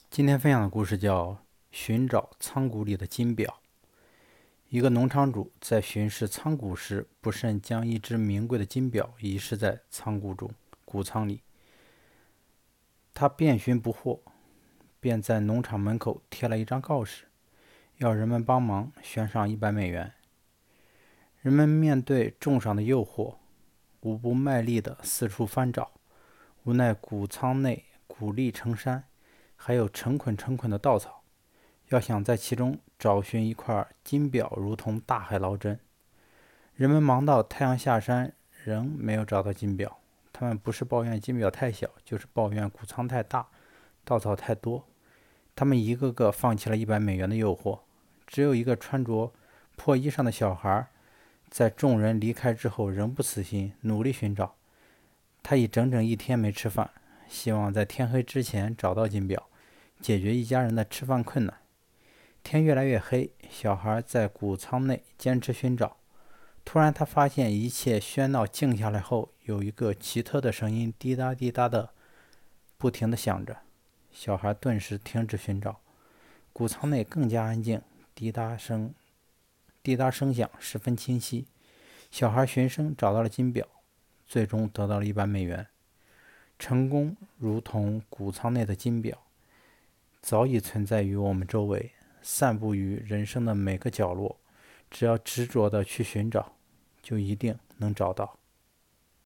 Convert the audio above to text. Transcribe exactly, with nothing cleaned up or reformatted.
今天分享的故事叫《寻找仓谷里的金表》。一个农场主在巡视仓谷时，不慎将一只名贵的金表遗失在仓谷中谷仓里。他遍寻不获，便在农场门口贴了一张告示，要人们帮忙悬赏一百美元。人们面对重赏的诱惑，无不卖力地四处翻找，无奈谷仓内谷粒成山，还有成捆成捆的稻草，要想在其中找寻一块金表，如同大海捞针。人们忙到太阳下山，仍没有找到金表。他们不是抱怨金表太小，就是抱怨谷仓太大，稻草太多。他们一个个放弃了一百美元的诱惑。只有一个穿着破衣裳的小孩，在众人离开之后仍不死心，努力寻找。他已整整一天没吃饭，希望在天黑之前找到金表，解决一家人的吃饭困难。天越来越黑，小孩在谷仓内坚持寻找。突然他发现一切喧闹静下来后，有一个奇特的声音滴答滴答的不停地响着。小孩顿时停止寻找，谷仓内更加安静，滴答声滴答声响十分清晰。小孩循声找到了金表，最终得到了一百美元。成功如同谷仓内的金表，早已存在于我们周围，散布于人生的每个角落。只要执着地去寻找，就一定能找到。